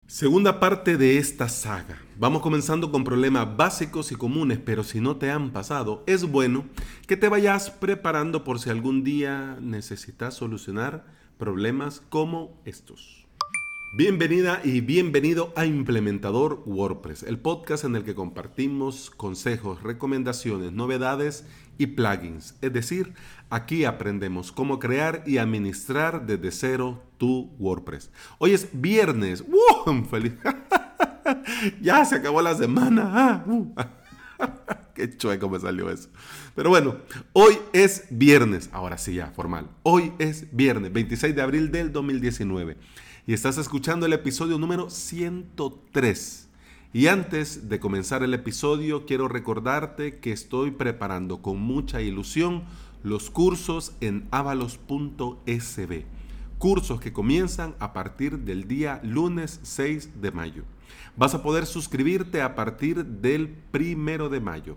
Segunda parte de esta saga. Vamos comenzando con problemas básicos y comunes, pero si no te han pasado, es bueno que te vayas preparando por si algún día necesitas solucionar problemas como estos. Bienvenida y bienvenido a Implementador WordPress, el podcast en el que compartimos consejos, recomendaciones, novedades y plugins. Es decir, aquí aprendemos cómo crear y administrar desde cero tu WordPress. Hoy es viernes. ¡Feliz! Ya se acabó la semana. Qué chueco me salió eso. Pero bueno, hoy es viernes. Ahora sí ya, formal. Hoy es viernes, 26 de abril del 2019. Y estás escuchando el episodio número 103. Y antes de comenzar el episodio, quiero recordarte que estoy preparando con mucha ilusión los cursos en avalos.sb. Cursos que comienzan a partir del día lunes 6 de mayo. Vas a poder suscribirte a partir del 1 de mayo.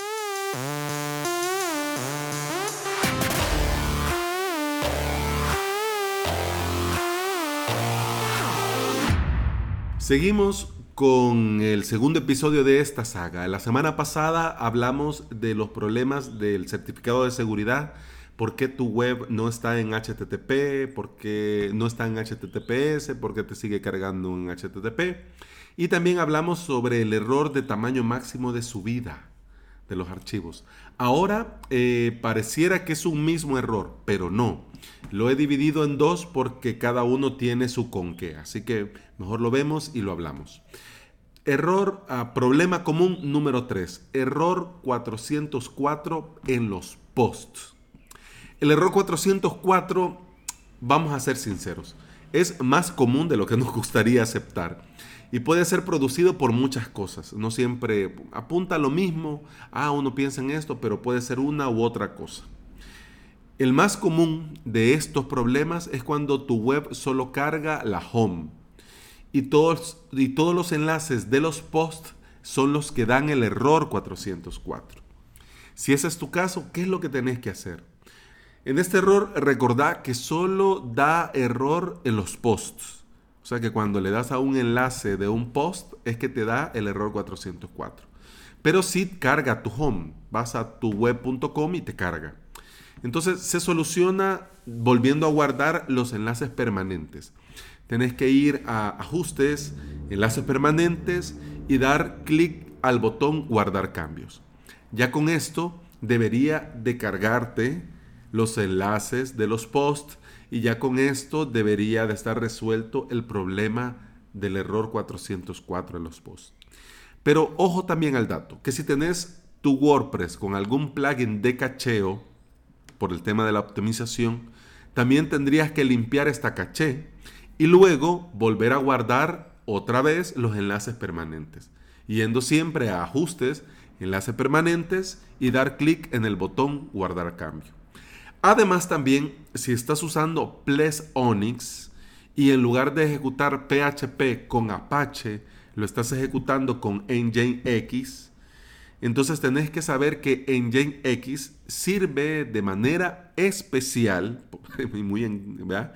Seguimos con el segundo episodio de esta saga. La semana pasada hablamos de los problemas del certificado de seguridad, por qué tu web no está en HTTP, por qué no está en HTTPS, por qué te sigue cargando en HTTP. Y también hablamos sobre el error de tamaño máximo de subida de los archivos. Ahora pareciera que es un mismo error, pero no. Lo he dividido en dos porque cada uno tiene su con qué. Así que mejor lo vemos y lo hablamos. Problema común número 3. Error 404 en los posts. El error 404, vamos a ser sinceros, es más común de lo que nos gustaría aceptar. Y puede ser producido por muchas cosas. No siempre apunta a lo mismo. Uno piensa en esto, pero puede ser una u otra cosa. El más común de estos problemas es cuando tu web solo carga la home. Y todos los enlaces de los posts son los que dan el error 404. Si ese es tu caso, ¿qué es lo que tenés que hacer? En este error, recordá que solo da error en los posts. O sea que cuando le das a un enlace de un post es que te da el error 404. Pero sí carga tu home. Vas a tu web.com y te carga. Entonces se soluciona volviendo a guardar los enlaces permanentes. Tenés que ir a ajustes, enlaces permanentes y dar clic al botón guardar cambios. Ya con esto debería de cargarte los enlaces de los posts y ya con esto debería de estar resuelto el problema del error 404 en los posts. Pero ojo también al dato, que si tenés tu WordPress con algún plugin de cacheo, por el tema de la optimización, también tendrías que limpiar esta caché y luego volver a guardar otra vez los enlaces permanentes, yendo siempre a ajustes, enlaces permanentes y dar clic en el botón guardar cambio. Además también, si estás usando Ples Onyx y en lugar de ejecutar PHP con Apache, lo estás ejecutando con Nginx, entonces tenés que saber que Nginx sirve de manera especial, ¿verdad?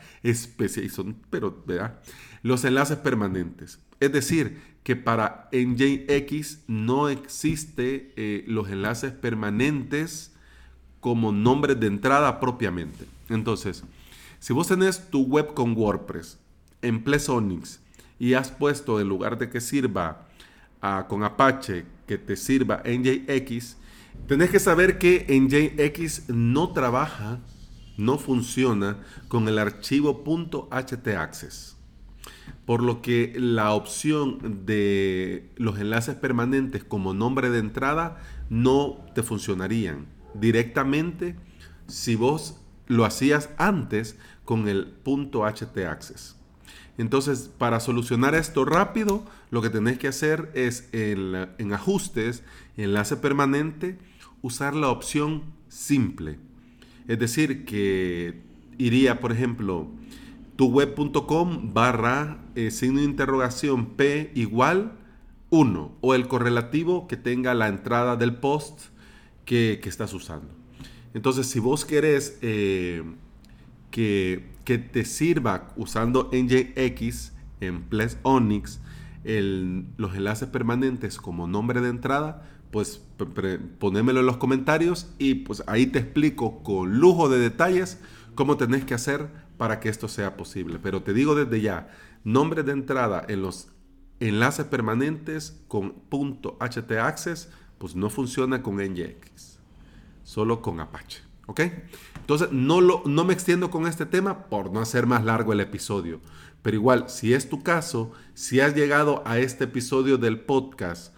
¿Verdad? Los enlaces permanentes. Es decir, que para Nginx no existe los enlaces permanentes como nombres de entrada propiamente. Entonces, si vos tenés tu web con WordPress en Ples Onyx y has puesto en lugar de que sirva con Apache, que te sirva Nginx, tenés que saber que Nginx no trabaja, no funciona con el archivo .htaccess. Por lo que la opción de los enlaces permanentes como nombre de entrada no te funcionarían directamente si vos lo hacías antes con el .htaccess. Entonces, para solucionar esto rápido, lo que tenés que hacer es en ajustes, enlace permanente, usar la opción simple. Es decir, que iría, por ejemplo, tuweb.com / signo de interrogación P igual 1 o el correlativo que tenga la entrada del post que estás usando. Entonces, si vos querés que te sirva usando Nginx en Ples Onyx los enlaces permanentes como nombre de entrada, pues ponémelo en los comentarios y pues ahí te explico con lujo de detalles cómo tenés que hacer para que esto sea posible. Pero te digo desde ya, nombre de entrada en los enlaces permanentes con .htaccess, pues no funciona con NGX, solo con Apache. ¿Ok? Entonces no me extiendo con este tema por no hacer más largo el episodio. Pero igual, si es tu caso, si has llegado a este episodio del podcast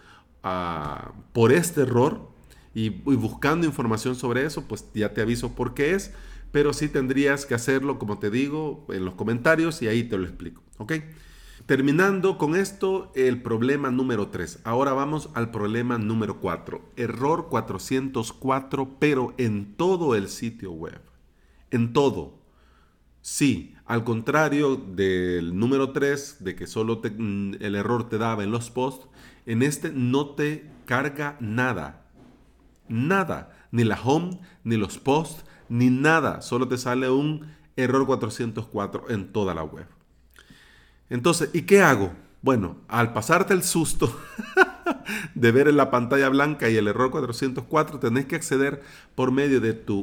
por este error y buscando información sobre eso, pues ya te aviso por qué es. Pero sí tendrías que hacerlo, como te digo, en los comentarios y ahí te lo explico. ¿Ok? Terminando con esto, el problema número 3. Ahora vamos al problema número 4. Error 404, pero en todo el sitio web. En todo. Sí, al contrario del número 3, de que solo el error te daba en los posts, en este no te carga nada. Nada. Ni la home, ni los posts, ni nada. Solo te sale un error 404 en toda la web. Entonces, ¿y qué hago? Bueno, al pasarte el susto de ver en la pantalla blanca y el error 404, tenés que acceder por medio de tu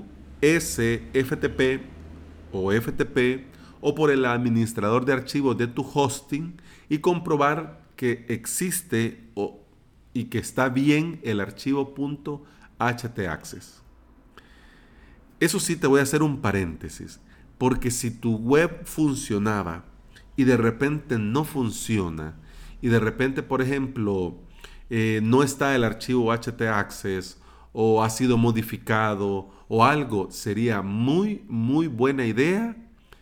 SFTP o FTP o por el administrador de archivos de tu hosting y comprobar que existe y que está bien el archivo .htaccess. Eso sí, te voy a hacer un paréntesis, porque si tu web funcionaba y de repente no funciona, y de repente, por ejemplo, no está el archivo htaccess o ha sido modificado o algo, sería muy, muy buena idea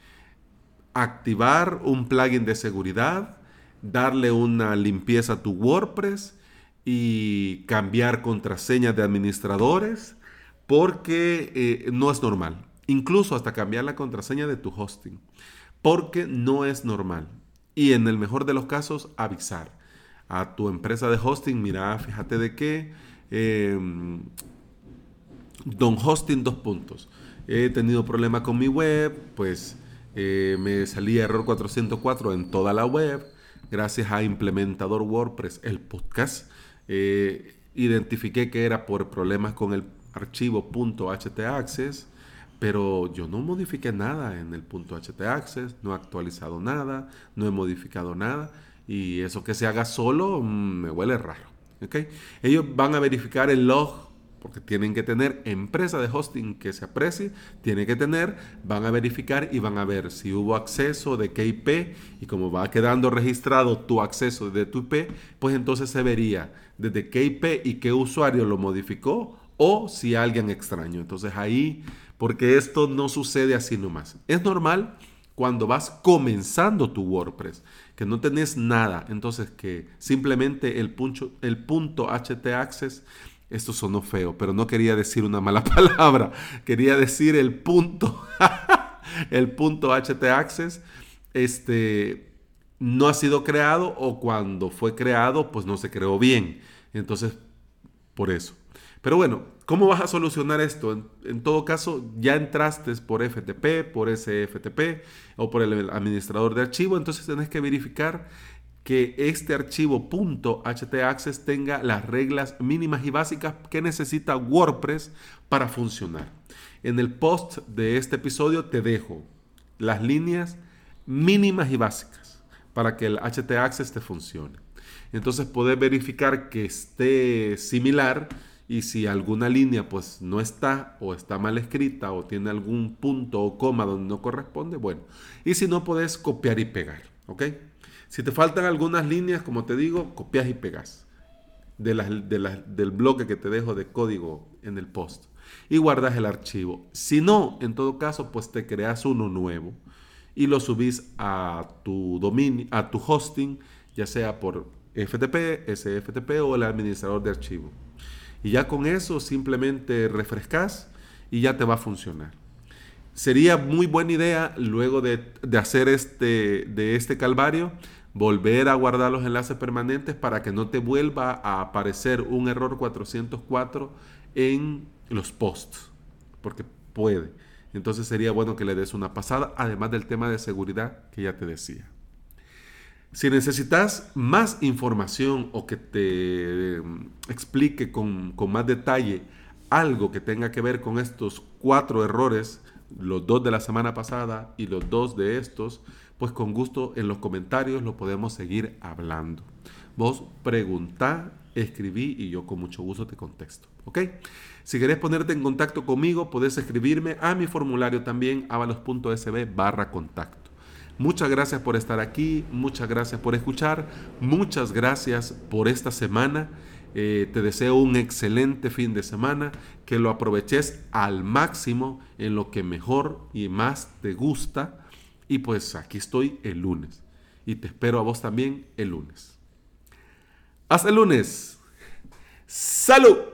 activar un plugin de seguridad, darle una limpieza a tu WordPress y cambiar contraseñas de administradores, porque no es normal. Incluso hasta cambiar la contraseña de tu hosting, porque no es normal. Y en el mejor de los casos, avisar a tu empresa de hosting: mira, fíjate de que Don Hosting, dos puntos. He tenido problemas con mi web, pues me salía error 404 en toda la web. Gracias a Implementador WordPress, el podcast, identifiqué que era por problemas con el archivo .htaccess, pero yo no modifiqué nada en el .htaccess, no he actualizado nada, no he modificado nada, y eso que se haga solo me huele raro. ¿Okay? Ellos van a verificar el log, porque tienen que tener empresa de hosting que se aprecie, tiene que tener, van a verificar y van a ver si hubo acceso de qué IP, y como va quedando registrado tu acceso de tu IP, pues entonces se vería desde qué IP y qué usuario lo modificó o si alguien extraño. Entonces ahí, porque esto no sucede así nomás. Es normal cuando vas comenzando tu WordPress, que no tenés nada, entonces que simplemente el punto htaccess. Esto sonó feo, pero no quería decir una mala palabra. Quería decir el punto, el punto htaccess, no ha sido creado, o cuando fue creado, pues no se creó bien. Entonces, por eso. Pero bueno, ¿cómo vas a solucionar esto? En todo caso, ya entraste por FTP, por SFTP o por el administrador de archivo, entonces tenés que verificar que este archivo .htaccess tenga las reglas mínimas y básicas que necesita WordPress para funcionar. En el post de este episodio te dejo las líneas mínimas y básicas para que el htaccess te funcione. Entonces podés verificar que esté similar, y si alguna línea pues no está, o está mal escrita, o tiene algún punto o coma donde no corresponde, bueno. Y si no, podés copiar y pegar, ¿ok? Si te faltan algunas líneas, como te digo, copias y pegas del bloque que te dejo de código en el post y guardas el archivo. Si no, en todo caso, pues te creas uno nuevo y lo subís a tu dominio, a tu hosting, ya sea por FTP, SFTP o el administrador de archivo. Y ya con eso simplemente refrescas y ya te va a funcionar. Sería muy buena idea, luego de hacer de este calvario, volver a guardar los enlaces permanentes para que no te vuelva a aparecer un error 404 en los posts, porque puede. Entonces sería bueno que le des una pasada, además del tema de seguridad que ya te decía. Si necesitas más información o que te explique con más detalle algo que tenga que ver con estos 4 errores, los 2 de la semana pasada y los 2 de estos, pues con gusto en los comentarios lo podemos seguir hablando. Vos preguntá, escribí y yo con mucho gusto te contesto. ¿Ok? Si querés ponerte en contacto conmigo, podés escribirme a mi formulario también, avalos.sb/contacto. Muchas gracias por estar aquí, muchas gracias por escuchar, muchas gracias por esta semana. Te deseo un excelente fin de semana, que lo aproveches al máximo en lo que mejor y más te gusta. Y pues aquí estoy el lunes y te espero a vos también el lunes. Hasta el lunes. ¡Salud!